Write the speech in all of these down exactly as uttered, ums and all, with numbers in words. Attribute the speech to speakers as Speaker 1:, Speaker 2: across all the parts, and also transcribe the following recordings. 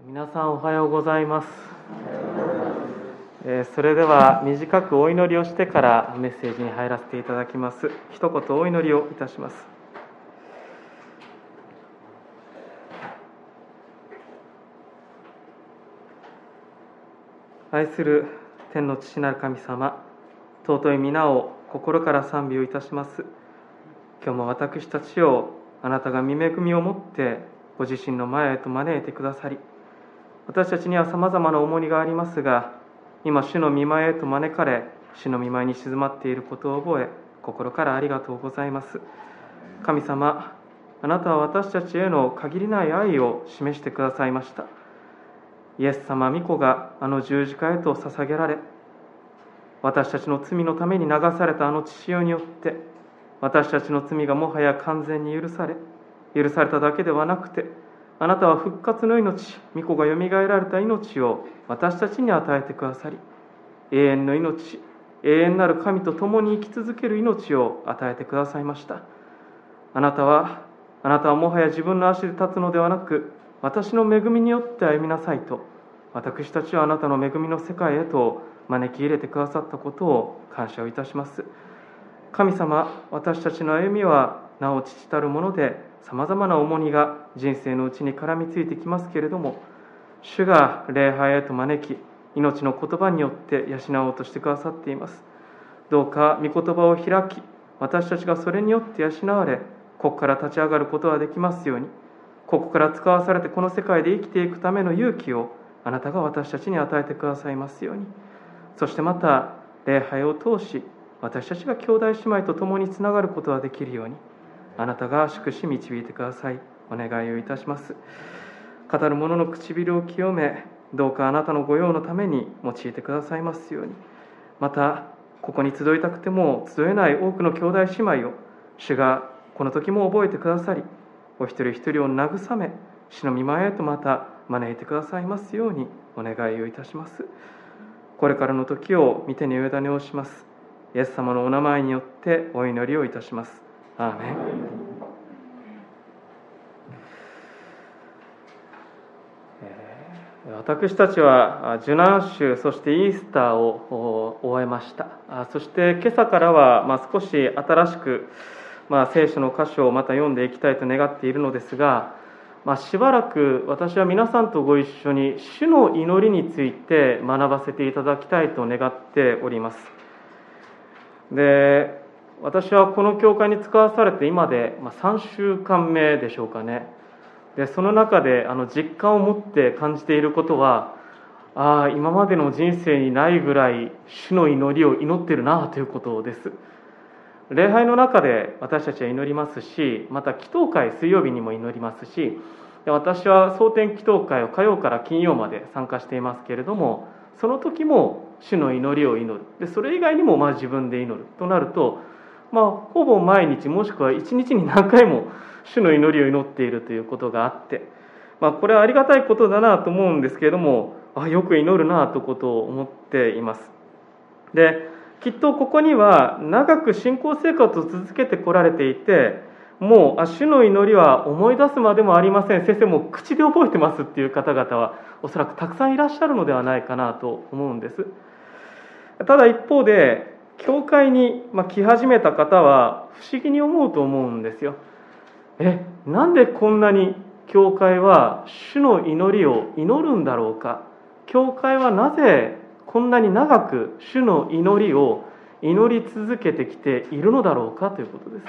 Speaker 1: 皆さんおはようございます。えーそれでは短くお祈りをしてからメッセージに入らせていただきます。一言お祈りをいたします。愛する天の父なる神様、尊い皆を心から賛美をいたします。今日も私たちをあなたが御恵みをもってご自身の前へと招いてくださり、私たちにはさまざまな重荷がありますが、今主の御前へと招かれ、主の御前に静まっていることを覚え、心からありがとうございます。神様、あなたは私たちへの限りない愛を示してくださいました。イエス様御子があの十字架へと捧げられ、私たちの罪のために流されたあの血潮によって、私たちの罪がもはや完全に許され、許されただけではなくて、あなたは復活の命、御子がよみがえられた命を私たちに与えてくださり、永遠の命、永遠なる神と共に生き続ける命を与えてくださいました。あなたは、あなたはもはや自分の足で立つのではなく、私の恵みによって歩みなさいと、私たちはあなたの恵みの世界へと招き入れてくださったことを感謝をいたします。神様、私たちの歩みはなお父たるもので、さまざまな重荷が人生のうちに絡みついてきますけれども、主が礼拝へと招き、命の言葉によって養おうとしてくださっています。どうか御言葉を開き、私たちがそれによって養われ、ここから立ち上がることができますように、ここから使わされてこの世界で生きていくための勇気をあなたが私たちに与えてくださいますように。そしてまた礼拝を通し、私たちが兄弟姉妹と共につながることができるように、あなたが祝し導いてください。お願いをいたします。語る者の唇を清め、どうかあなたの御用のために用いてくださいますように。またここに集いたくても集えない多くの兄弟姉妹を主がこの時も覚えてくださり、お一人一人を慰め、主の御前へとまた招いてくださいますようにお願いをいたします。これからの時を御手にお委ねをします。イエス様のお名前によってお祈りをいたします。アーメン。私たちは受難週、そしてイースターを終えました。そして今朝からはまあ少し新しく、まあ、聖書の箇所をまた読んでいきたいと願っているのですが、まあ、しばらく私は皆さんとご一緒に主の祈りについて学ばせていただきたいと願っております。で、私はこの教会に使わされて今でさんしゅうかんめでしょうかね。でその中であの実感を持って感じていることは、ああ今までの人生にないぐらい主の祈りを祈っているなということです。礼拝の中で私たちは祈りますし、また祈祷会水曜日にも祈りますし、私は蒼天祈祷会を火曜から金曜まで参加していますけれども、その時も主の祈りを祈る。でそれ以外にもまあ自分で祈るとなると、まあ、ほぼ毎日もしくはいちにちに何回も主の祈りを祈っているということがあって、まあ、これはありがたいことだなと思うんですけれども、あよく祈るなということを思っています。できっとここには長く信仰生活を続けてこられていて、もうあ主の祈りは思い出すまでもありません、先生もう口で覚えてますっていう方々はおそらくたくさんいらっしゃるのではないかなと思うんです。ただ一方で教会に来始めた方は不思議に思うと思うんですよ。え、なんでこんなに教会は主の祈りを祈るんだろうか。教会はなぜこんなに長く主の祈りを祈り続けてきているのだろうかということです。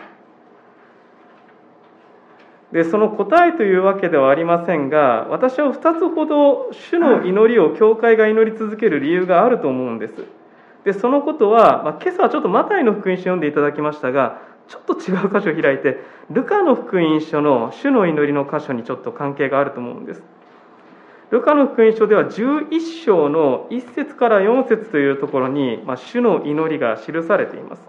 Speaker 1: で、その答えというわけではありませんが、私はふたつほど主の祈りを教会が祈り続ける理由があると思うんです。でそのことは、まあ、今朝はちょっとマタイの福音書を読んでいただきましたが、ちょっと違う箇所を開いてルカの福音書の主の祈りの箇所にちょっと関係があると思うんです。ルカの福音書ではじゅういっしょうのいっせつからよんせつというところに、まあ、主の祈りが記されています。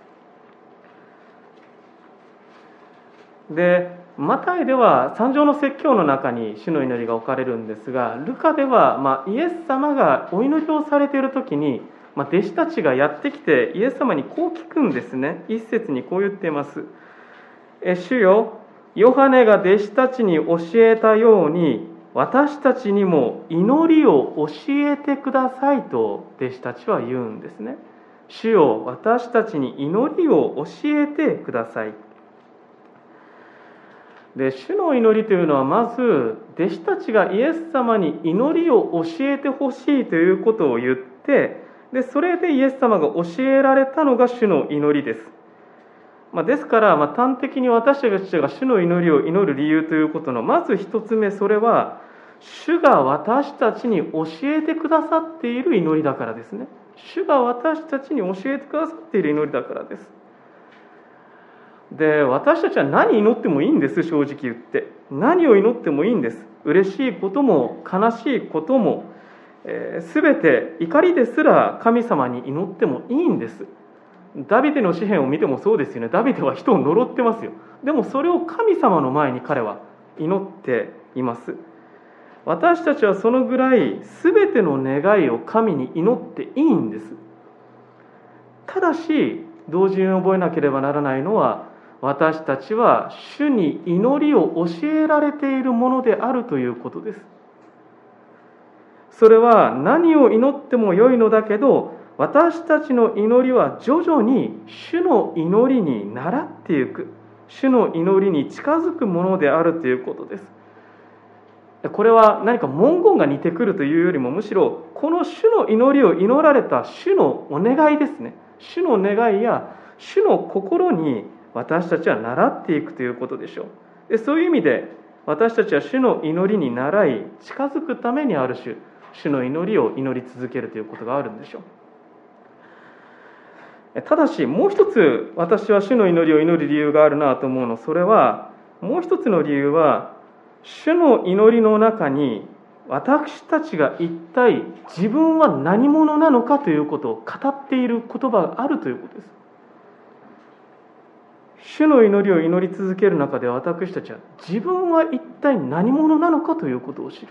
Speaker 1: でマタイでは三条の説教の中に主の祈りが置かれるんですが、ルカでは、まあ、イエス様がお祈りをされているときに、まあ、弟子たちがやってきてイエス様にこう聞くんですね。一節にこう言っています。え主よ、ヨハネが弟子たちに教えたように私たちにも祈りを教えてくださいと弟子たちは言うんですね。主よ、私たちに祈りを教えてください。で、主の祈りというのはまず弟子たちがイエス様に祈りを教えてほしいということを言って、でそれでイエス様が教えられたのが主の祈りです。まあ、ですから、まあ、端的に私たちが主の祈りを祈る理由ということのまず一つ目、それは主が私たちに教えてくださっている祈りだからですね。主が私たちに教えてくださっている祈りだからです。で、私たちは何祈ってもいいんです。正直言って何を祈ってもいいんです。嬉しいことも悲しいことも、えー、全て怒りですら神様に祈ってもいいんです。ダビデの詩篇を見てもそうですよね。ダビデは人を呪ってますよ。でもそれを神様の前に彼は祈っています。私たちはそのぐらい全ての願いを神に祈っていいんです。ただし同時に覚えなければならないのは、私たちは主に祈りを教えられているものであるということです。それは何を祈ってもよいのだけど、私たちの祈りは徐々に主の祈りに倣っていく、主の祈りに近づくものであるということです。これは何か文言が似てくるというよりも、むしろこの主の祈りを祈られた主のお願いですね。主の願いや主の心に私たちは習っていくということでしょう。で、そういう意味で私たちは主の祈りに倣い近づくためにある種主の祈りを祈り続けるということがあるんでしょう。ただしもう一つ私は主の祈りを祈る理由があるなと思うの、それはもう一つの理由は、主の祈りの中に私たちが一体自分は何者なのかということを語っている言葉があるということです。主の祈りを祈り続ける中で、私たちは自分は一体何者なのかということを知る。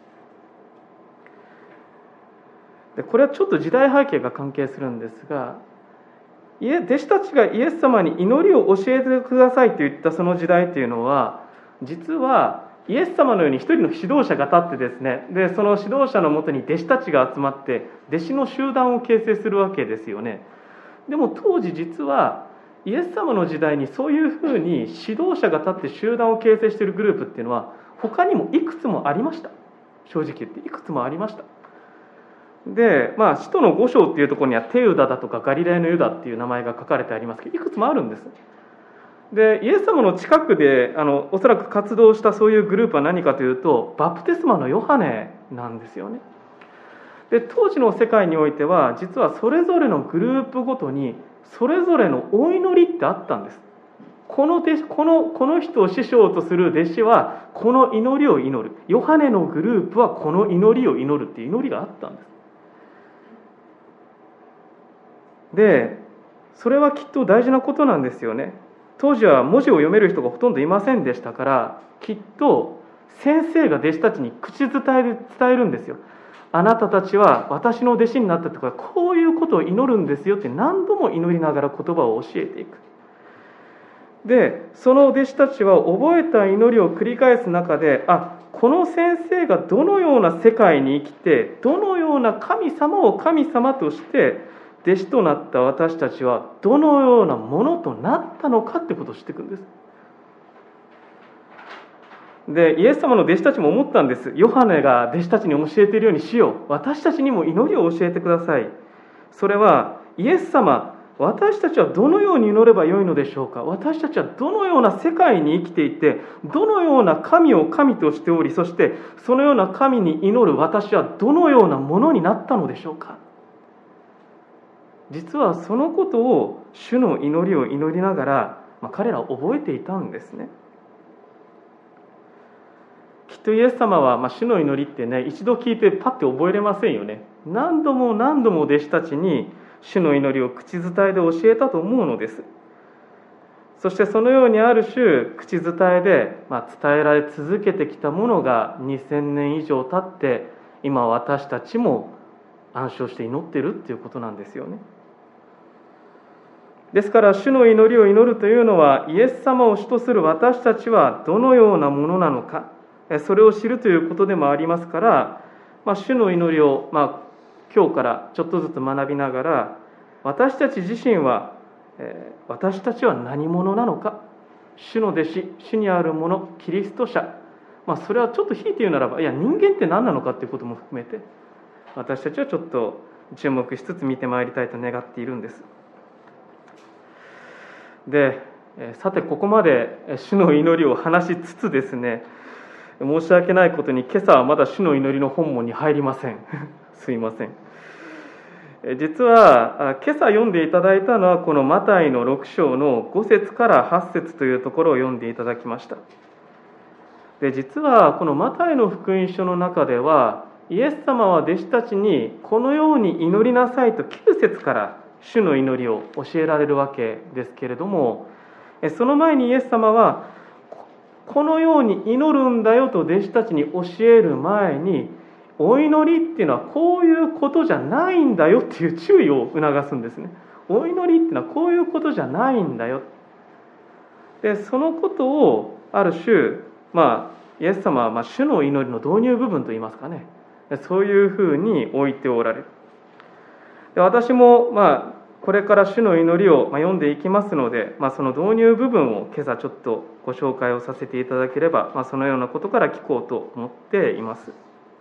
Speaker 1: で、これはちょっと時代背景が関係するんですが、弟子たちがイエス様に祈りを教えてくださいと言ったその時代というのは、実はイエス様のように一人の指導者が立ってですね、でその指導者のもとに弟子たちが集まって弟子の集団を形成するわけですよね。でも当時実はイエス様の時代にそういうふうに指導者が立って集団を形成しているグループっていうのは他にもいくつもありました。正直言っていくつもありました。で、まあ使徒の五章っていうところにはテユダだとかガリラヤのユダっていう名前が書かれてありますけど、いくつもあるんです。で、イエス様の近くであのおそらく活動したそういうグループは何かというと、バプテスマのヨハネなんですよね。で、当時の世界においては実はそれぞれのグループごとにそれぞれのお祈りってあったんです。この弟子このこの人を師匠とする弟子はこの祈りを祈る、ヨハネのグループはこの祈りを祈るっていう祈りがあったんです。で、それはきっと大事なことなんですよね。当時は文字を読める人がほとんどいませんでしたから、きっと先生が弟子たちに口伝えで伝えるんですよ。あなたたちは私の弟子になったとか、こういうことを祈るんですよって何度も祈りながら言葉を教えていく。で、その弟子たちは覚えた祈りを繰り返す中で、あ、この先生がどのような世界に生きて、どのような神様を神様として弟子となった私たちはどのようなものとなったのかってことを知っていくんです。で、イエス様の弟子たちも思ったんです。ヨハネが弟子たちに教えているように、主よ、私たちにも祈りを教えてください。それはイエス様、私たちはどのように祈ればよいのでしょうか。私たちはどのような世界に生きていて、どのような神を神としており、そしてそのような神に祈る私はどのようなものになったのでしょうか。実はそのことを主の祈りを祈りながら、まあ、彼らは覚えていたんですね。きっとイエス様は、まあ、主の祈りってね、一度聞いてパッて覚えれませんよね。何度も何度も弟子たちに主の祈りを口伝えで教えたと思うのです。そしてそのようにある種口伝えで、まあ、伝えられ続けてきたものがにせんねん以上経って今私たちも暗唱して祈っているっていうことなんですよね。ですから主の祈りを祈るというのは、イエス様を主とする私たちはどのようなものなのか、 それを知るということでもありますから、まあ、主の祈りを、まあ、今日からちょっとずつ学びながら、私たち自身は、えー、私たちは何者なのか、主の弟子、主にあるもの、キリスト者、まあ、それはちょっと引いて言うならば、いや人間って何なのかということも含めて、私たちはちょっと注目しつつ見てまいりたいと願っているんです。で、さてここまで主の祈りを話しつつですね、申し訳ないことに今朝はまだ主の祈りの本門に入りませんすいません。実は今朝読んでいただいたのはこのマタイのろく章のご節からはち節というところを読んでいただきました。で、実はこのマタイの福音書の中では、イエス様は弟子たちにこのように祈りなさいときゅう節から主の祈りを教えられるわけですけれども、その前にイエス様はこのように祈るんだよと弟子たちに教える前に、お祈りっていうのはこういうことじゃないんだよっていう注意を促すんですね。お祈りっていうのはこういうことじゃないんだよ。で、そのことをある種、まあ、イエス様はまあ主の祈りの導入部分といいますかね、そういうふうに置いておられる。で、私もまあこれから主の祈りを読んでいきますので、まあ、その導入部分を今朝ちょっとご紹介をさせていただければ、まあ、そのようなことから聞こうと思っています。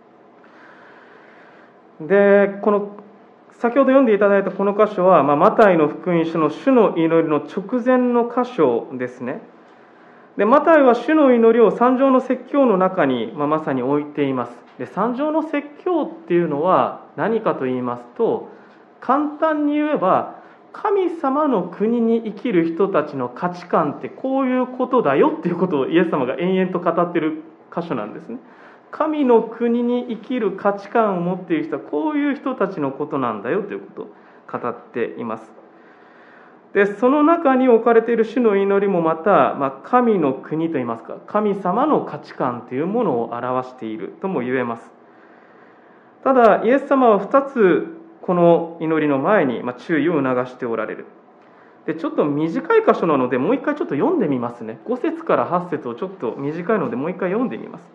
Speaker 1: で、この先ほど読んでいただいたこの箇所は、まあ、マタイの福音書の主の祈りの直前の箇所ですね。で、マタイは主の祈りを三条の説教の中に、まあ、まさに置いています。で、三条の説教っていうのは何かと言いますと、簡単に言えば神様の国に生きる人たちの価値観ってこういうことだよっていうことをイエス様が延々と語っている箇所なんですね。神の国に生きる価値観を持っている人はこういう人たちのことなんだよということを語っています。で、その中に置かれている主の祈りもまた、まあ、神の国といいますか、神様の価値観というものを表しているとも言えます。ただイエス様はふたつこの祈りの前に注意を促しておられる。で、ちょっと短い箇所なのでもう一回ちょっと読んでみますね。ご節からはち節をちょっと短いのでもう一回読んでみます。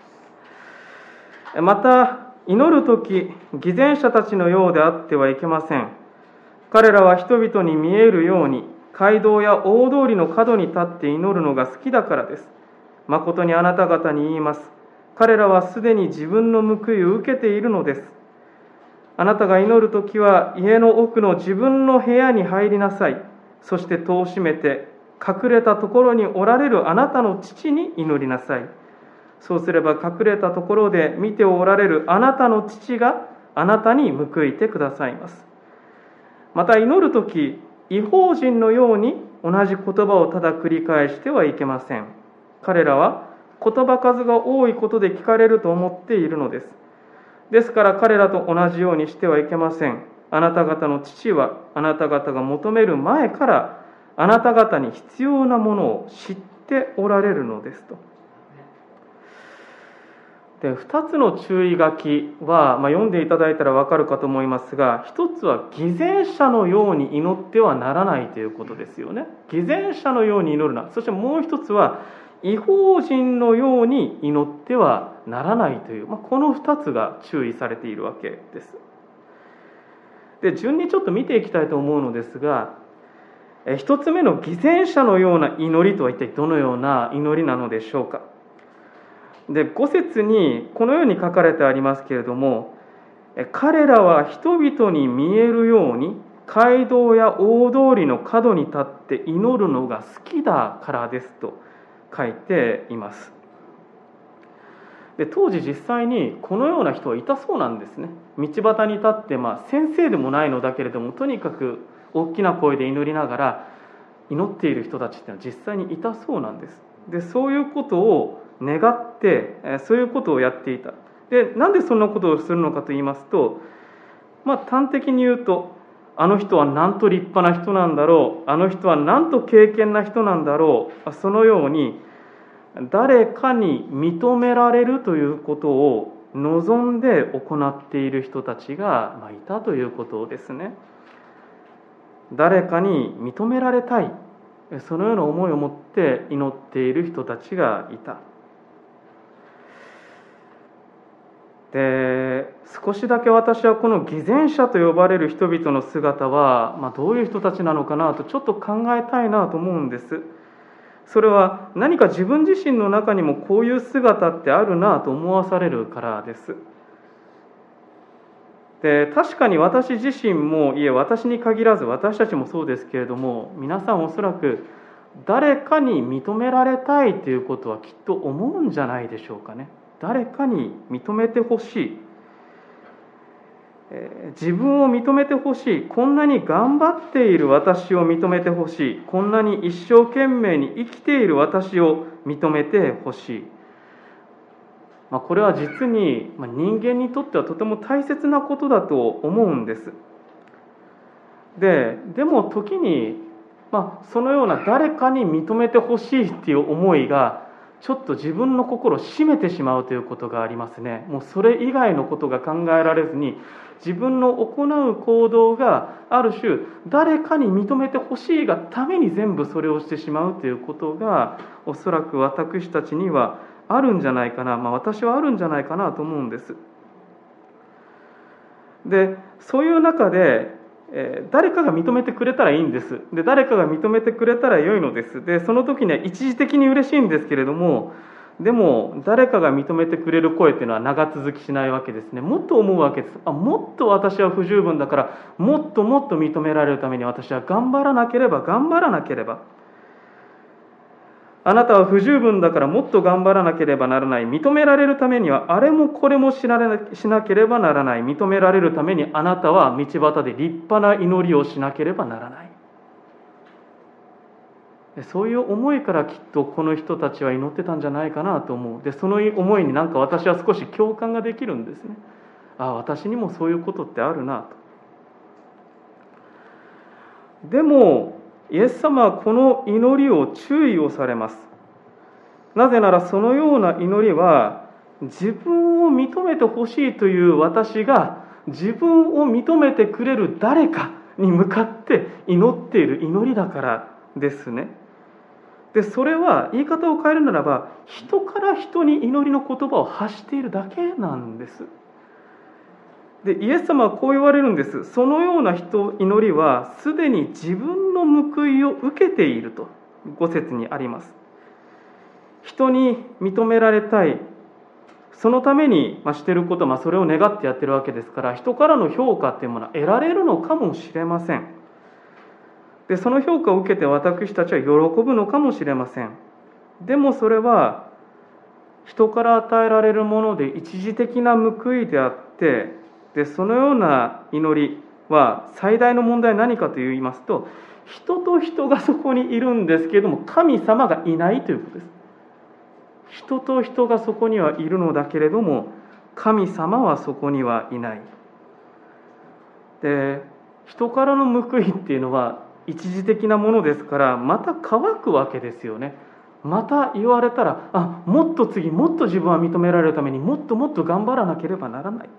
Speaker 1: また祈るとき、偽善者たちのようであってはいけません。彼らは人々に見えるように街道や大通りの角に立って祈るのが好きだからです。誠にあなた方に言います。彼らはすでに自分の報いを受けているのです。あなたが祈るときは家の奥の自分の部屋に入りなさい。そして戸を閉めて隠れたところにおられるあなたの父に祈りなさい。そうすれば隠れたところで見ておられるあなたの父があなたに報いてくださいます。また祈るとき、異邦人のように同じ言葉をただ繰り返してはいけません。彼らは言葉数が多いことで聞かれると思っているのです。ですから彼らと同じようにしてはいけません。あなた方の父はあなた方が求める前からあなた方に必要なものを知っておられるのですと。で、ふたつの注意書きは、まあ、読んでいただいたら分かるかと思いますが、ひとつは偽善者のように祈ってはならないということですよね。偽善者のように祈るな。そしてもう一つは異邦人のように祈ってはならないという、まあ、このふたつが注意されているわけです。で、順にちょっと見ていきたいと思うのですが、ひとつめの偽善者のような祈りとは一体どのような祈りなのでしょうか。で、ご節にこのように書かれてありますけれども、彼らは人々に見えるように街道や大通りの角に立って祈るのが好きだからですと書いています。で、当時実際にこのような人はいたそうなんですね。道端に立って、まあ、先生でもないのだけれどもとにかく大きな声で祈りながら祈っている人たちっていうのは実際にいたそうなんです。で、そういうことを願ってそういうことをやっていた。で、なんでそんなことをするのかと言いますと、まあ、端的に言うと、あの人はなんと立派な人なんだろう、あの人はなんと敬虔な人なんだろう、そのように誰かに認められるということを望んで行っている人たちがいたということですね。誰かに認められたい、そのような思いを持って祈っている人たちがいた。 で少しだけ私はこの偽善者と呼ばれる人々の姿は、まあ、どういう人たちなのかなとちょっと考えたいなと思うんです。それは何か自分自身の中にもこういう姿ってあるなと思わされるからです。で確かに私自身も、いえ私に限らず私たちもそうですけれども、皆さんおそらく誰かに認められたいということはきっと思うんじゃないでしょうかね。誰かに認めてほしい、えー自分を認めてほしい、こんなに頑張っている私を認めてほしい、こんなに一生懸命に生きている私を認めてほしい、まあ、これは実に人間にとってはとても大切なことだと思うんです。で、でも時に、まあ、そのような誰かに認めてほしいっていう思いがちょっと自分の心を締めてしまうということがありますね。もうそれ以外のことが考えられずに、自分の行う行動がある種誰かに認めてほしいがために全部それをしてしまうということが、おそらく私たちにはあるんじゃないかな、まあ、私はあるんじゃないかなと思うんです。で、そういう中でえー誰かが認めてくれたらいいんです。で、誰かが認めてくれたら良いのです。で、その時には一時的に嬉しいんですけれども、でも誰かが認めてくれる声っていうのは長続きしないわけですね。もっと思うわけです。あ、もっと私は不十分だから、もっともっと認められるために私は頑張らなければ頑張らなければ。あなたは不十分だからもっと頑張らなければならない。認められるためにはあれもこれもしなしなければならない。認められるためにあなたは道端で立派な祈りをしなければならない。そういう思いからきっとこの人たちは祈ってたんじゃないかなと思う。で、その思いになんか私は少し共感ができるんですね。ああ、私にもそういうことってあるなと。でもイエス様はこの祈りを注意をされます。なぜならそのような祈りは自分を認めてほしいという私が自分を認めてくれる誰かに向かって祈っている祈りだからですね。で、それは言い方を変えるならば、人から人に祈りの言葉を発しているだけなんです。で、イエス様はこう言われるんです。そのような人祈りはすでに自分の報いを受けているとご節にあります。人に認められたい、そのためにしていること、まあ、それを願ってやってるわけですから、人からの評価というものは得られるのかもしれません。で、その評価を受けて私たちは喜ぶのかもしれません。でもそれは人から与えられるもので一時的な報いであって、でそのような祈りは最大の問題は何かといいますと、人と人がそこにいるんですけれども神様がいないということです。人と人がそこにはいるのだけれども神様はそこにはいない。で、人からの報いっていうのは一時的なものですから、また乾くわけですよね。また言われたら、あ、もっと次もっと自分は認められるためにもっともっと頑張らなければならない。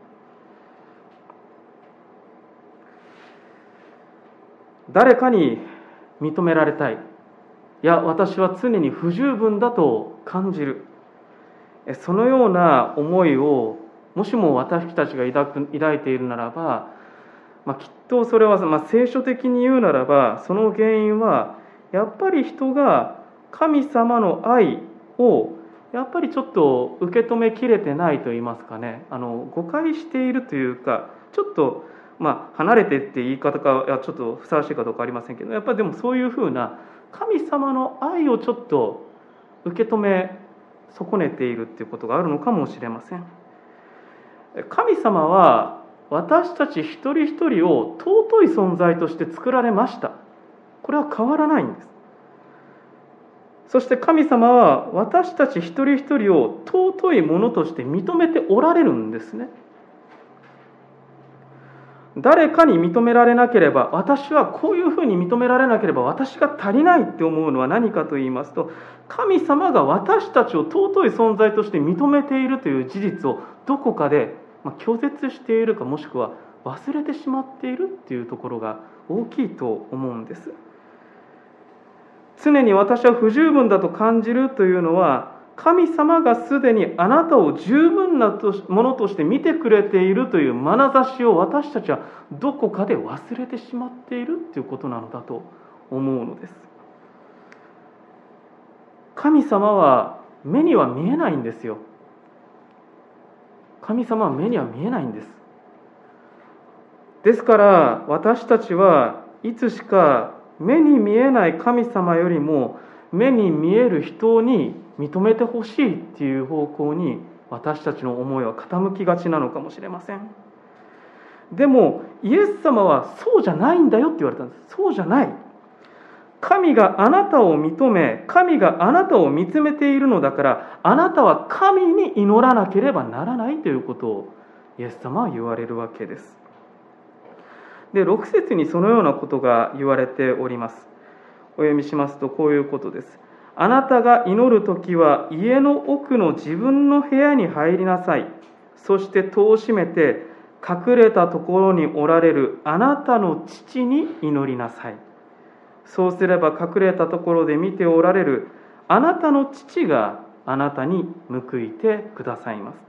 Speaker 1: 誰かに認められたい、いや私は常に不十分だと感じる、そのような思いをもしも私たちが抱く抱いているならば、まあ、きっとそれは、まあ、聖書的に言うならば、その原因はやっぱり人が神様の愛をやっぱりちょっと受け止めきれてないと言いますかね、あの誤解しているというか、ちょっとまあ離れてって言い方がちょっとふさわしいかどうかありませんけど、やっぱりでもそういうふうな神様の愛をちょっと受け止め損ねているっていうことがあるのかもしれません。神様は私たち一人一人を尊い存在として作られました。これは変わらないんです。そして神様は私たち一人一人を尊いものとして認めておられるんですね。誰かに認められなければ、私はこういうふうに認められなければ私が足りないって思うのは何かと言いますと、神様が私たちを尊い存在として認めているという事実をどこかで拒絶しているか、もしくは忘れてしまっているっていうところが大きいと思うんです。常に私は不十分だと感じるというのは、 神様がすでにあなたを十分なものとして見てくれているという眼差しを私たちはどこかで忘れてしまっているということなのだと思うのです。神様は目には見えないんですよ。神様は目には見えないんです。ですから私たちはいつしか目に見えない神様よりも目に見える人に認めてほしいっていう方向に私たちの思いは傾きがちなのかもしれません。でもイエス様はそうじゃないんだよって言われたんです。そうじゃない。神があなたを認め、神があなたを見つめているのだから、あなたは神に祈らなければならないということをイエス様は言われるわけです。で、ろく節にそのようなことが言われております。お読みしますとこういうことです。あなたが祈るときは家の奥の自分の部屋に入りなさい。そして戸を閉めて隠れたところにおられるあなたの父に祈りなさい。そうすれば隠れたところで見ておられるあなたの父があなたに報いてくださいます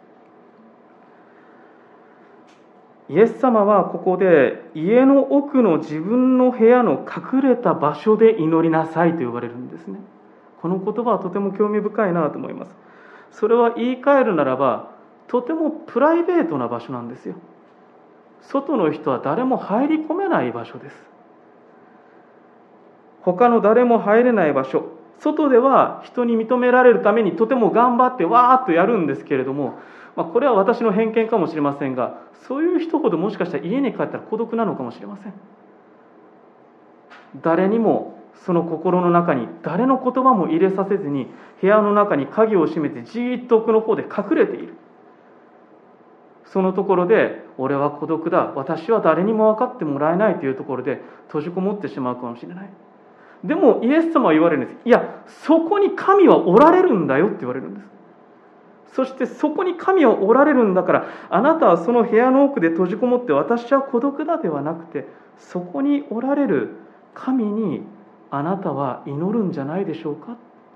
Speaker 1: と。イエス様はここで家の奥の自分の部屋の隠れた場所で祈りなさいと言われるんですね。この言葉はとても興味深いなと思います。それは言い換えるならばとてもプライベートな場所なんですよ。外の人は誰も入り込めない場所です。他の誰も入れない場所、外では人に認められるためにとても頑張ってわーっとやるんですけれども、まあ、これは私の偏見かもしれませんが、そういう人ほどもしかしたら家に帰ったら孤独なのかもしれません。誰にもその心の中に誰の言葉も入れさせずに部屋の中に鍵を閉めてじーっと奥の方で隠れている。そのところで俺は孤独だ、私は誰にも分かってもらえないというところで閉じこもってしまうかもしれない。でもイエス様は言われるんです。いや、そこに神はおられるんだよって言われるんです。そしてそこに神はおられるんだから、あなたはその部屋の奥で閉じこもって私は孤独だではなくて、そこにおられる神にあなたは祈るんじゃないでしょうか。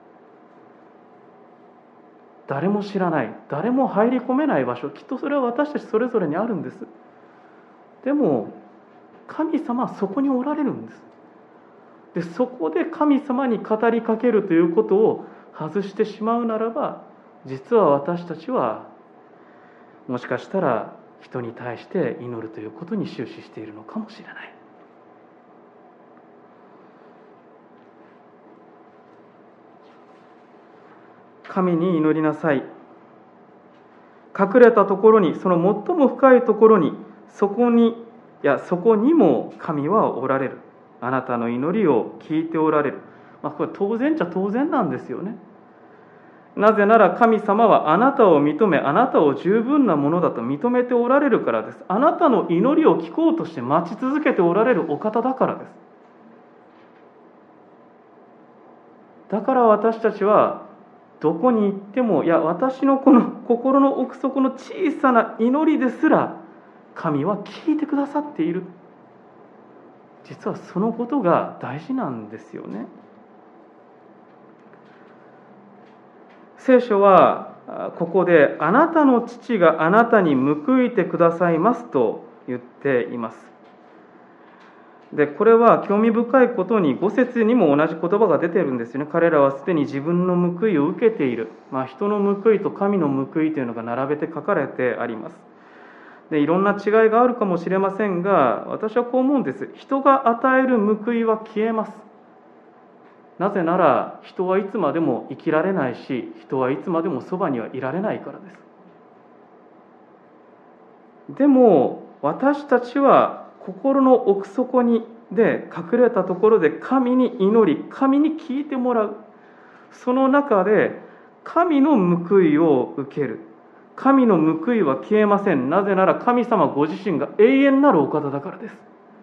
Speaker 1: 誰も知らない、誰も入り込めない場所、きっとそれは私たちそれぞれにあるんです。でも神様はそこにおられるんです。でそこで神様に語りかけるということを外してしまうならば、実は私たちはもしかしたら人に対して祈るということに終始しているのかもしれない。神に祈りなさい。隠れたところに、その最も深いところに、そこにいやそこにも神はおられる。あなたの祈りを聞いておられる。まあ、これ当然っちゃ当然なんですよね。なぜなら神様はあなたを認め、あなたを十分なものだと認めておられるからです。あなたの祈りを聞こうとして待ち続けておられるお方だからです。だから私たちはどこに行っても、いや私のこの心の奥底の小さな祈りですら神は聞いてくださっている。実はそのことが大事なんですよね。聖書はここであなたの父があなたに報いてくださいますと言っています。でこれは興味深いことにご節にも同じ言葉が出ているんですよね。彼らはすでに自分の報いを受けている、まあ、人の報いと神の報いというのが並べて書かれてあります。でいろんな違いがあるかもしれませんが、私はこう思うんです。人が与える報いは消えます。なぜなら人はいつまでも生きられないし、人はいつまでもそばにはいられないからです。でも私たちは心の奥底にで隠れたところで神に祈り、神に聞いてもらう。その中で神の報いを受ける。神の報いは消えません。なぜなら神様ご自身が永遠なるお方だからです。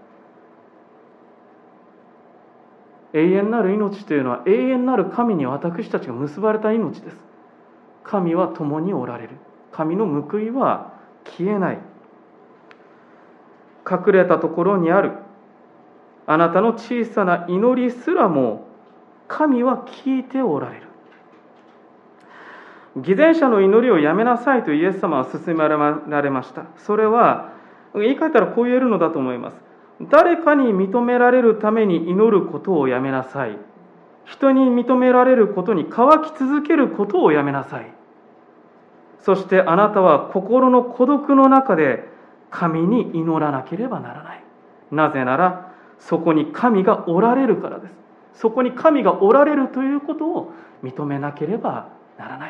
Speaker 1: 永遠なる命というのは永遠なる神に私たちが結ばれた命です。神は共におられる。神の報いは消えない。隠れたところにあるあなたの小さな祈りすらも神は聞いておられる。 偽善者の祈りをやめなさいとイエス様は勧められました。それは言い換えたらこう言えるのだと思います。誰かに認められるために祈ることをやめなさい。人に認められることに乾き続けることをやめなさい。そしてあなたは心の孤独の中で神に祈らなければならない。なぜならそこに神がおられるからです。そこに神がおられるということを認めなければならない。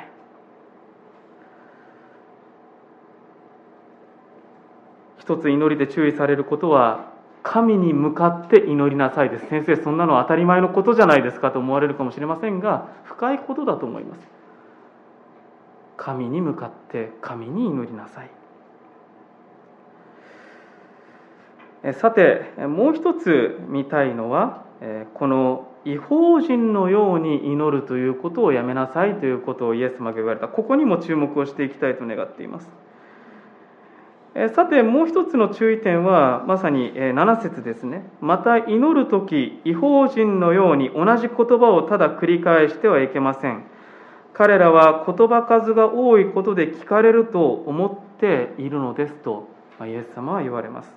Speaker 1: 一つ祈りで注意されることは、神に向かって祈りなさいです。先生、そんなの当たり前のことじゃないですかと思われるかもしれませんが、深いことだと思います。神に向かって神に祈りなさい。さて、もう一つ見たいのは、この異邦人のように祈るということをやめなさいということをイエス様が言われた。ここにも注目をしていきたいと願っています。さて、もう一つの注意点はまさになな節ですね。また祈るとき、異邦人のように同じ言葉をただ繰り返してはいけません。彼らは言葉数が多いことで聞かれると思っているのですとイエス様は言われます。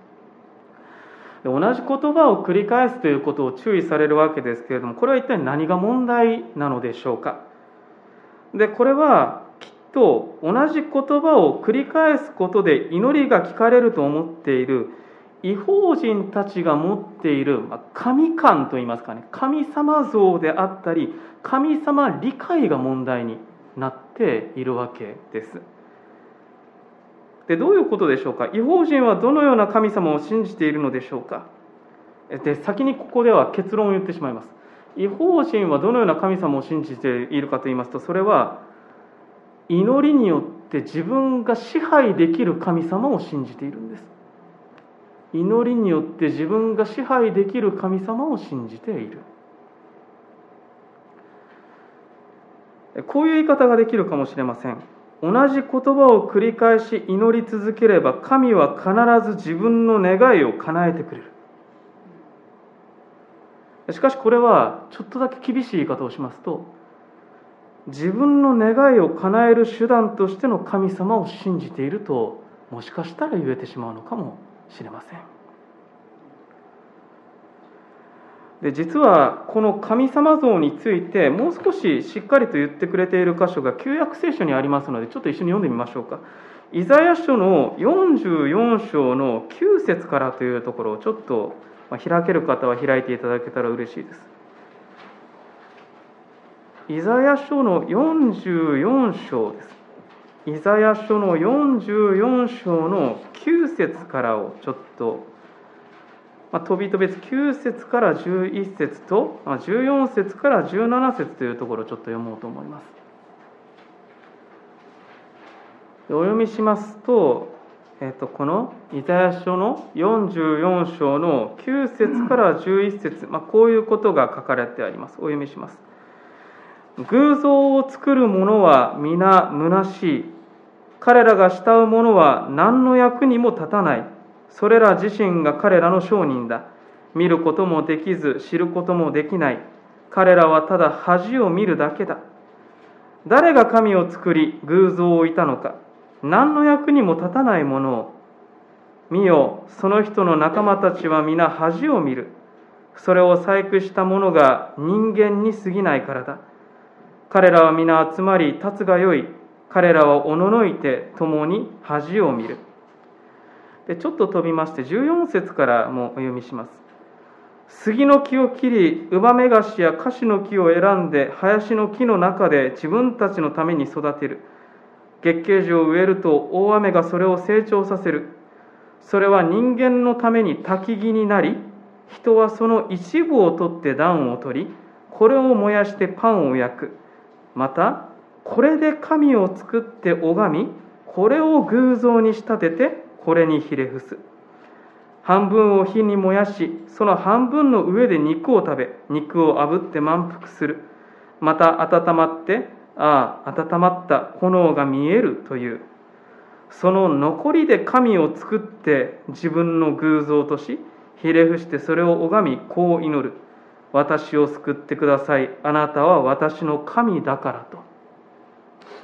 Speaker 1: 同じ言葉を繰り返すということを注意されるわけですけれども、これは一体何が問題なのでしょうか。で、これはきっと同じ言葉を繰り返すことで祈りが聞かれると思っている異邦人たちが持っている神観といいますかね、神様像であったり神様理解が問題になっているわけです。で、どういうことでしょうか。異邦人はどのような神様を信じているのでしょうか。で、先にここでは結論を言ってしまいます。異邦人はどのような神様を信じているかと言いますと、それは祈りによって自分が支配できる神様を信じているんです。祈りによって自分が支配できる神様を信じている。こういう言い方ができるかもしれません。同じ言葉を繰り返し祈り続ければ、神は必ず自分の願いを叶えてくれる。しかしこれはちょっとだけ厳しい言い方をしますと、自分の願いを叶える手段としての神様を信じているともしかしたら言えてしまうのかもしれません。で、実はこの神様像についてもう少ししっかりと言ってくれている箇所が旧約聖書にありますので、ちょっと一緒に読んでみましょうか。イザヤ書のよんじゅうよん章のきゅう節からというところをちょっと開ける方は開いていただけたら嬉しいです。イザヤ書のよんじゅうよん章です。イザヤ書のよんじゅうよん章のきゅう節からをちょっと、まあ、飛び飛びきゅう節からじゅういち節とじゅうよん節からじゅうなな節というところをちょっと読もうと思います。お読みしますと、えっと、このイザヤ書のよんじゅうよん章のきゅう節からじゅういち節、まあ、こういうことが書かれてあります。お読みします。偶像を作る者は皆虚しい。彼らが慕う者は何の役にも立たない。それら自身が彼らの商人だ。見ることもできず知ることもできない。彼らはただ恥を見るだけだ。誰が神を作り偶像を置いたのか。何の役にも立たないものを。見よ、その人の仲間たちは皆恥を見る。それを細工した者が人間に過ぎないからだ。彼らは皆集まり立つがよい。彼らはおののいて共に恥を見る。で、ちょっと飛びましてじゅうよん節からもお読みします。杉の木を切り、ウバメガシやカシの木を選んで林の木の中で自分たちのために育てる。月桂樹を植えると大雨がそれを成長させる。それは人間のために焚き木になり、人はその一部を取って暖を取り、これを燃やしてパンを焼く。またこれで神を作って拝み、これを偶像に仕立ててこれにひれ伏す。半分を火に燃やし、その半分の上で肉を食べ、肉を炙って満腹する。また温まって、ああ温まった炎が見えるという。その残りで神を作って自分の偶像とし、ひれ伏してそれを拝み、こう祈る。私を救ってください。あなたは私の神だからと。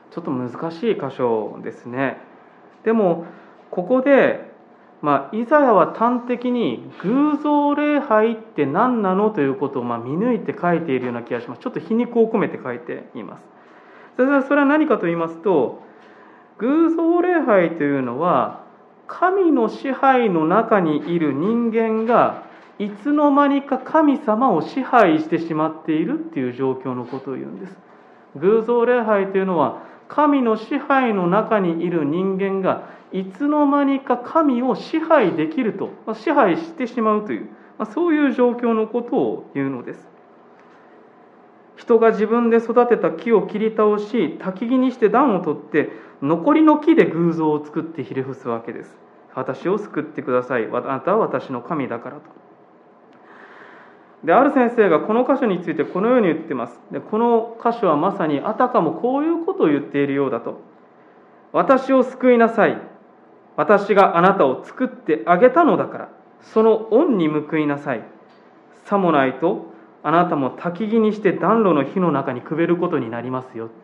Speaker 1: ちょっと難しい箇所ですね。でもここで、まあ、イザヤは端的に偶像礼拝って何なのということをまあ見抜いて書いているような気がします。ちょっと皮肉を込めて書いています。それはそれは何かと言いますと、偶像礼拝というのは神の支配の中にいる人間がいつの間にか神様を支配してしまっているっていう状況のことを言うんです。偶像礼拝というのは神の支配の中にいる人間がいつの間にか神を支配できると、支配してしまうという、そういう状況のことを言うのです。人が自分で育てた木を切り倒し、焚き木にして暖を取って、残りの木で偶像を作ってひれ伏すわけです。私を救ってください。あなたは私の神だからと。で、ある先生がこの箇所についてこのように言っています。で、この箇所はまさにあたかもこういうことを言っているようだと。私を救いなさい。私があなたを作ってあげたのだから、その恩に報いなさい。さもないと、あなたも焚き木にして暖炉の火の中にくべることになりますよって。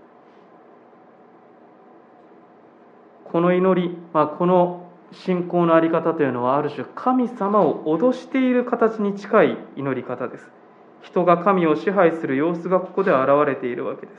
Speaker 1: この祈り、まあ、この信仰のあり方というのはある種神様を脅している形に近い祈り方です。人が神を支配する様子がここで現れているわけです。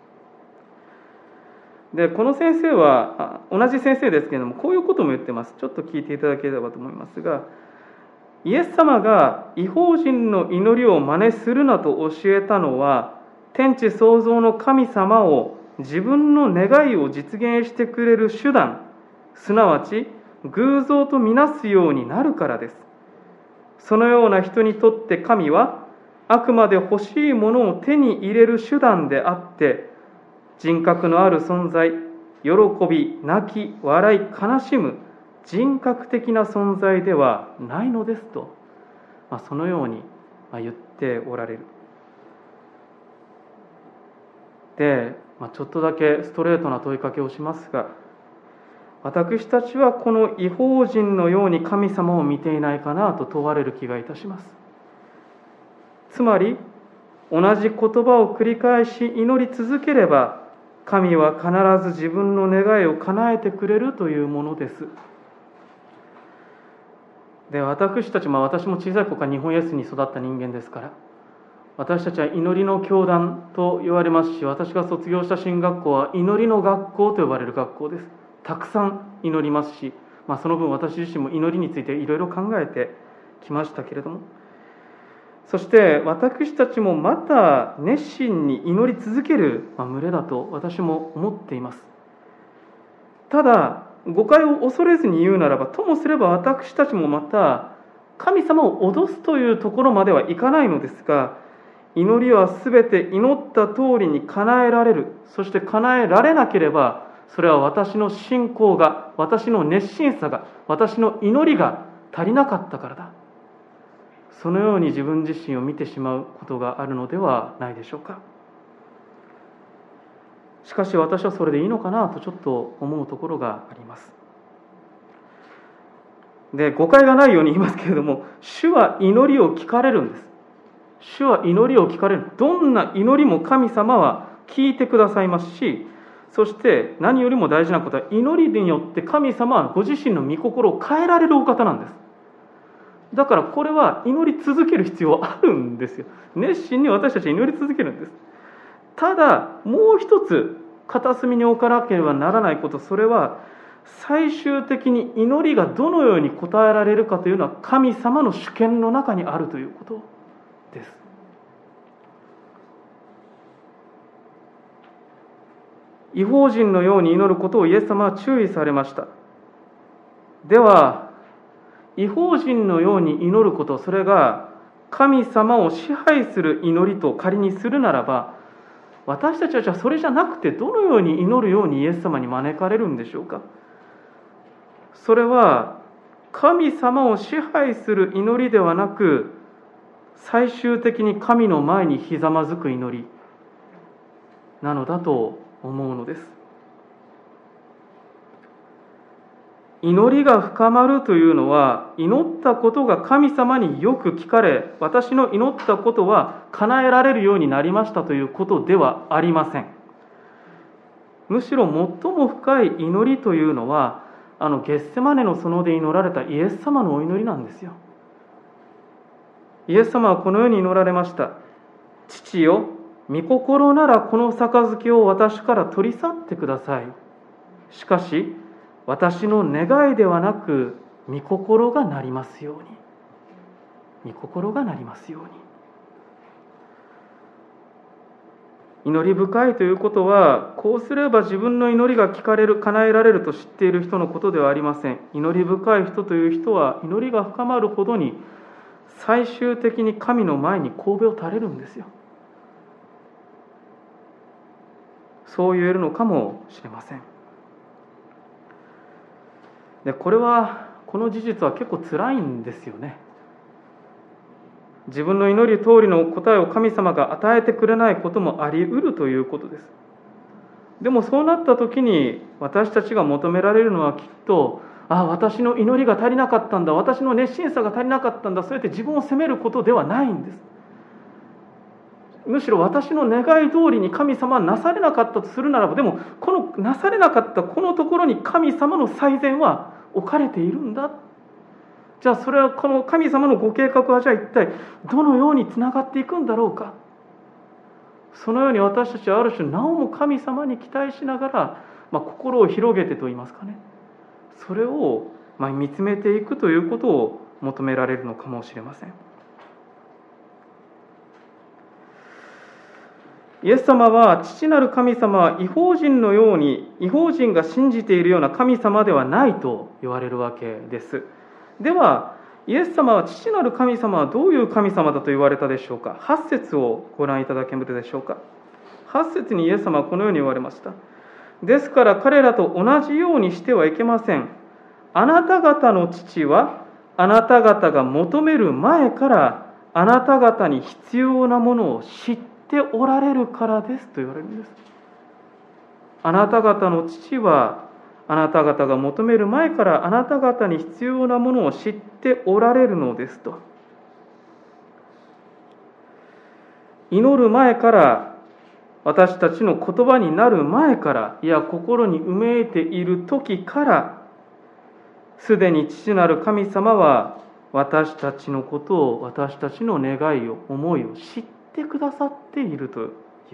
Speaker 1: で、この先生は同じ先生ですけれども、こういうことも言ってます。ちょっと聞いていただければと思いますが、イエス様が異邦人の祈りを真似するなと教えたのは、天地創造の神様を自分の願いを実現してくれる手段、すなわち偶像とみなすようになるからです。そのような人にとって神はあくまで欲しいものを手に入れる手段であって、人格のある存在、喜び、泣き、笑い、悲しむ人格的な存在ではないのですと、まあ、そのように言っておられる。で、まあ、ちょっとだけストレートな問いかけをしますが、私たちはこの異邦人のように神様を見ていないかなと問われる気がいたします。つまり同じ言葉を繰り返し祈り続ければ、神は必ず自分の願いを叶えてくれるというものです。で、私たち、まあ、私も小さい頃から日本イエスに育った人間ですから、私たちは祈りの教団と言われますし、私が卒業した神学校は祈りの学校と呼ばれる学校です。たくさん祈りますし、まあ、その分私自身も祈りについていろいろ考えてきましたけれども、そして私たちもまた熱心に祈り続ける群れだと私も思っています。ただ誤解を恐れずに言うならば、ともすれば私たちもまた神様を脅すというところまではいかないのですが、祈りはすべて祈った通りに叶えられる。そして叶えられなければ、それは私の信仰が、私の熱心さが、私の祈りが足りなかったからだ。そのように自分自身を見てしまうことがあるのではないでしょうか。しかし私はそれでいいのかなとちょっと思うところがあります。で、誤解がないように言いますけれども、主は祈りを聞かれるんです。主は祈りを聞かれる。どんな祈りも神様は聞いてくださいますし、そして何よりも大事なことは、祈りによって神様はご自身の御心を変えられるお方なんです。だからこれは祈り続ける必要はあるんですよ。熱心に私たちは祈り続けるんです。ただもう一つ片隅に置かなければならないこと、それは最終的に祈りがどのように応えられるかというのは神様の主権の中にあるということです。異邦人のように祈ることをイエス様は注意されました。では異邦人のように祈ること、それが神様を支配する祈りと仮にするならば、私たちはじゃあそれじゃなくてどのように祈るようにイエス様に招かれるんでしょうか。それは神様を支配する祈りではなく、最終的に神の前にひざまずく祈りなのだと思うのです。祈りが深まるというのは、祈ったことが神様によく聞かれ、私の祈ったことは叶えられるようになりましたということではありません。 むしろ最も深い祈りというのは、あのゲッセマネの園で祈られたイエス様のお祈りなんですよ。イエス様はこのように祈られました。父よ、御心ならこの杯を私から取り去ってください。しかし私の願いではなく御心がなりますように。御心がなりますように。祈り深いということは、こうすれば自分の祈りが聞かれる、叶えられると知っている人のことではありません。祈り深い人という人は、祈りが深まるほどに最終的に神の前に頭を垂れるんですよ。そう言えるのかもしれません。で、これはこの事実は結構辛いんですよね。自分の祈り通りの答えを神様が与えてくれないこともあり得るということです。でもそうなった時に私たちが求められるのはきっと、ああ、私の祈りが足りなかったんだ、私の熱心さが足りなかったんだ、そうやって自分を責めることではないんです。むしろ私の願い通りに神様はなされなかったとするならば、でもこのなされなかったこのところに神様の最善は置かれているんだ。じゃあそれはこの神様のご計画はじゃあ一体どのようにつながっていくんだろうか。そのように私たちはある種なおも神様に期待しながら、まあ、心を広げてといいますかね、それをまあ見つめていくということを求められるのかもしれません。イエス様は、父なる神様は異邦人のように、異邦人が信じているような神様ではないと言われるわけです。では、イエス様は父なる神様はどういう神様だと言われたでしょうか。はち節をご覧いただけますでしょうか。はち節にイエス様はこのように言われました。ですから彼らと同じようにしてはいけません。あなた方の父はあなた方が求める前からあなた方に必要なものを知っておられるからですと言われるんです。あなた方の父はあなた方が求める前からあなた方に必要なものを知っておられるのですと。祈る前から、私たちの言葉になる前から、いや心にうめいている時から、すでに父なる神様は私たちのことを、私たちの願いを、思いを知ってくださっているという。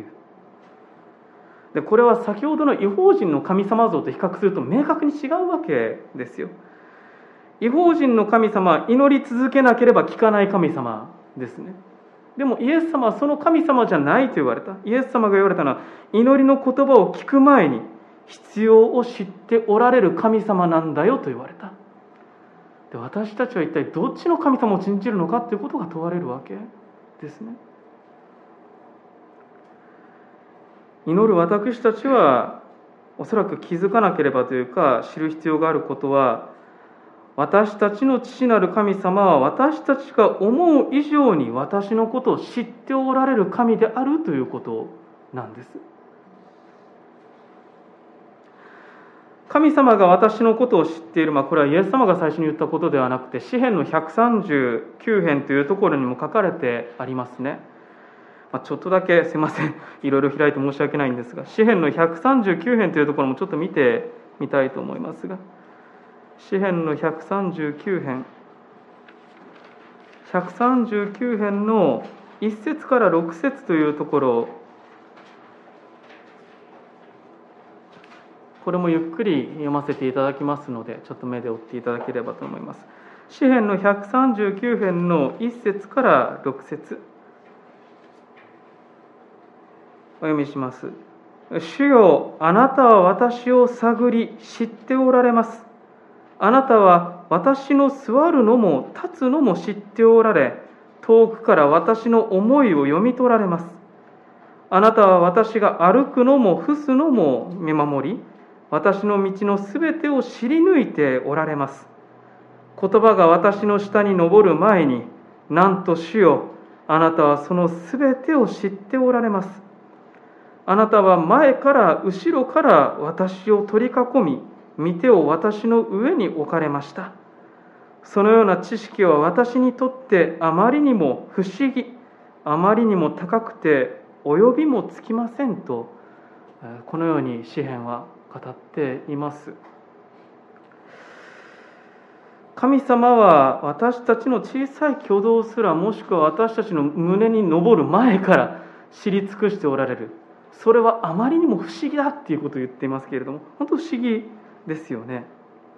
Speaker 1: でこれは先ほどの異邦人の神様像と比較すると明確に違うわけですよ。異邦人の神様は祈り続けなければ聞かない神様ですね。でもイエス様はその神様じゃないと言われた。イエス様が言われたのは、祈りの言葉を聞く前に必要を知っておられる神様なんだよと言われた。で私たちは一体どっちの神様を信じるのかということが問われるわけですね。祈る私たちはおそらく気づかなければというか、知る必要があることは、私たちの父なる神様は私たちが思う以上に私のことを知っておられる神であるということなんです。神様が私のことを知っている、まあ、これはイエス様が最初に言ったことではなくて、詩編のひゃくさんじゅうきゅう編というところにも書かれてありますね。まあ、ちょっとだけすいません、いろいろ開いて申し訳ないんですが、詩編のひゃくさんじゅうきゅう編というところもちょっと見てみたいと思いますが、詩編のひゃくさんじゅうきゅう編、ひゃくさんじゅうきゅう編のいっ節からろく節というところ、これもゆっくり読ませていただきますので、ちょっと目で追っていただければと思います。詩編のひゃくさんじゅうきゅう編のいっ節からろく節、お読みします。主よ、あなたは私を探り知っておられます。あなたは私の座るのも立つのも知っておられ、遠くから私の思いを読み取られます。あなたは私が歩くのも伏すのも見守り、私の道のすべてを知り抜いておられます。言葉が私の下に上る前に、なんと主よ、あなたはそのすべてを知っておられます。あなたは前から後ろから私を取り囲み、御手を私の上に置かれました。そのような知識は私にとってあまりにも不思議、あまりにも高くて及びもつきませんとこのように詩編は語っています。神様は私たちの小さい挙動すら、もしくは私たちの胸に昇る前から知り尽くしておられる。それはあまりにも不思議だっていうことを言っていますけれども、本当不思議ですよね。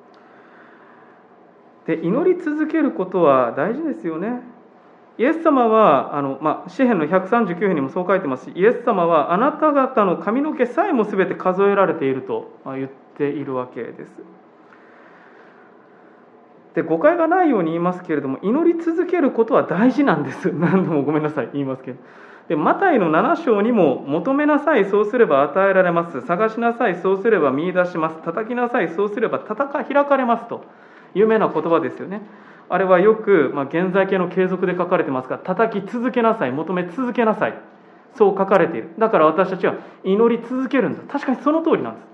Speaker 1: で、祈り続けることは大事ですよね。イエス様はあの、まあ、詩編のひゃくさんじゅうきゅう編にもそう書いてますし、イエス様はあなた方の髪の毛さえも全て数えられていると言っているわけです。で、誤解がないように言いますけれども、祈り続けることは大事なんです。何度もごめんなさい言いますけど、でマタイのなな章にも、求めなさいそうすれば与えられます、探しなさいそうすれば見出します、叩きなさいそうすれば叩か開かれますと、有名な言葉ですよね。あれはよく、まあ、現在形の継続で書かれてますが、叩き続けなさい、求め続けなさい、そう書かれている。だから私たちは祈り続けるんだ。確かにその通りなんです。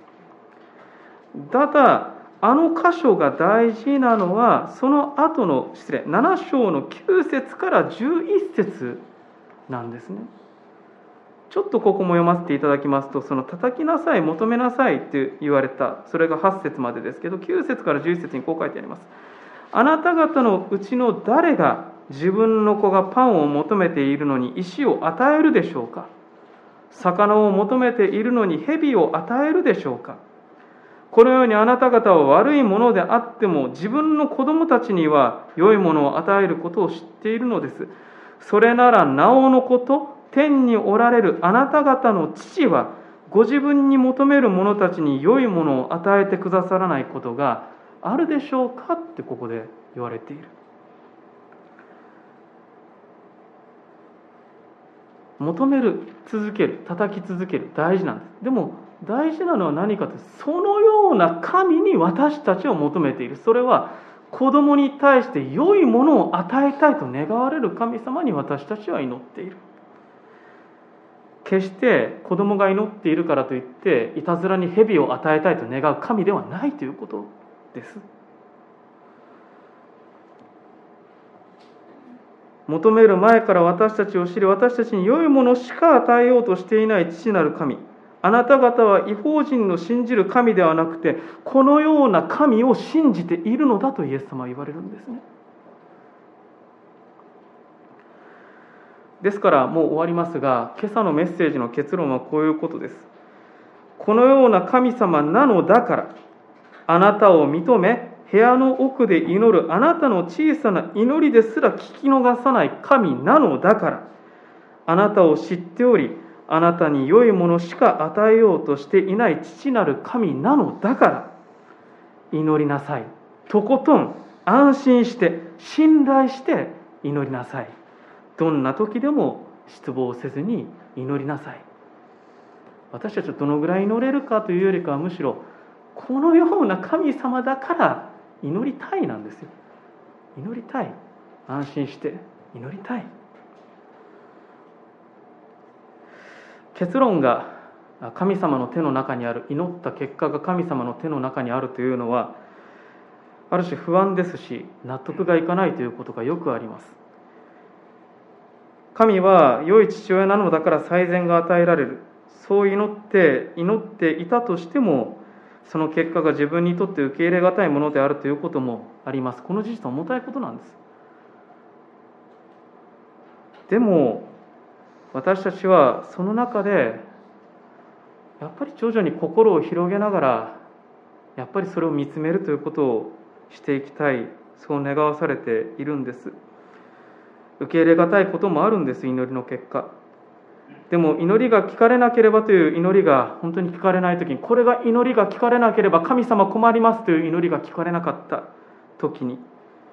Speaker 1: ただあの箇所が大事なのは、その後の失礼なな章のきゅう節からじゅういち節なんですね。ちょっとここも読ませていただきますと、その叩きなさい、求めなさいって言われた、それがはち節までですけど、きゅう節からじゅういち節にこう書いてあります。あなた方のうちの誰が自分の子がパンを求めているのに石を与えるでしょうか。魚を求めているのに蛇を与えるでしょうか。このようにあなた方は悪いものであっても、自分の子供たちには良いものを与えることを知っているのです。それならなおのこと、天におられるあなた方の父は、ご自分に求める者たちに良いものを与えてくださらないことがあるでしょうかってここで言われている。求める、続ける、叩き続ける、大事なんです。でも大事なのは何かというと、そのような神に私たちを求めている。それは子供に対して良いものを与えたいと願われる神様に私たちは祈っている。決して子供が祈っているからといっていたずらに蛇を与えたいと願う神ではないということです。求める前から私たちを知り、私たちに良いものしか与えようとしていない父なる神、あなた方は異邦人の信じる神ではなくて、このような神を信じているのだとイエス様は言われるんですね。ですからもう終わりますが、今朝のメッセージの結論はこういうことです。このような神様なのだから、あなたを認め、部屋の奥で祈るあなたの小さな祈りですら聞き逃さない神なのだから、あなたを知っており、あなたに良いものしか与えようとしていない父なる神なのだから、祈りなさい。とことん安心して信頼して祈りなさい。どんな時でも失望せずに祈りなさい。私たちはどのぐらい祈れるかというよりかは、むしろこのような神様だから祈りたいなんですよ。祈りたい。安心して祈りたい。結論が神様の手の中にある、祈った結果が神様の手の中にあるというのは、ある種不安ですし、納得がいかないということがよくあります。神は良い父親なのだから最善が与えられる。そう祈って祈っていたとしても、その結果が自分にとって受け入れがたいものであるということもあります。この事実は重たいことなんです。でも私たちはその中でやっぱり徐々に心を広げながら、やっぱりそれを見つめるということをしていきたい、そう願わされているんです。受け入れがたいこともあるんです、祈りの結果。でも祈りが聞かれなければという祈りが本当に聞かれないときに、これが祈りが聞かれなければ神様困りますという祈りが聞かれなかったときに、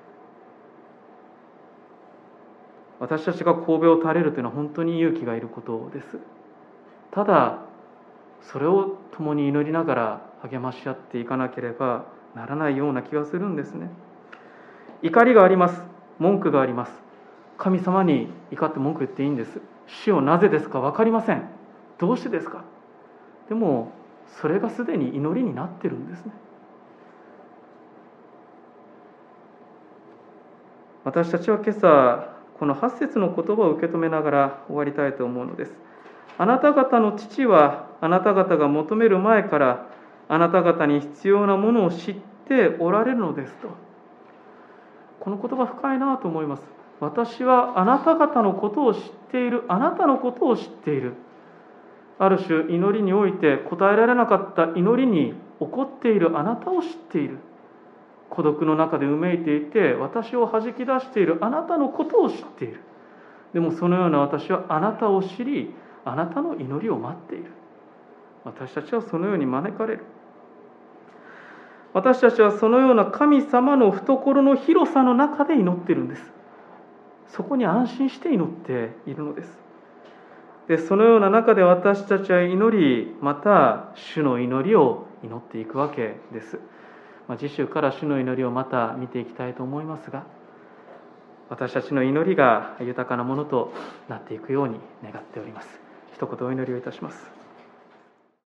Speaker 1: 私たちが頭を垂れるというのは本当に勇気がいることです。ただそれを共に祈りながら励まし合っていかなければならないような気がするんですね。怒りがあります。文句があります。神様に怒って文句言っていいんです。主よなぜですか、分かりません。どうしてですか。でもそれがすでに祈りになってるんですね。私たちは今朝このはち節の言葉を受け止めながら終わりたいと思うのです。あなた方の父はあなた方が求める前からあなた方に必要なものを知っておられるのですと。この言葉深いなと思います。私はあなた方のことを知っている、あなたのことを知っている。ある種祈りにおいて答えられなかった祈りに起こっているあなたを知っている。孤独の中でうめいていて私を弾き出しているあなたのことを知っている。でもそのような私はあなたを知り、あなたの祈りを待っている。私たちはそのように招かれる。私たちはそのような神様の懐の広さの中で祈っているんです。そこに安心して祈っているのです。で、そのような中で私たちは祈り、また主の祈りを祈っていくわけです。まあ、次週から主の祈りをまた見ていきたいと思いますが、私たちの祈りが豊かなものとなっていくように願っております。一言お祈りをいたします。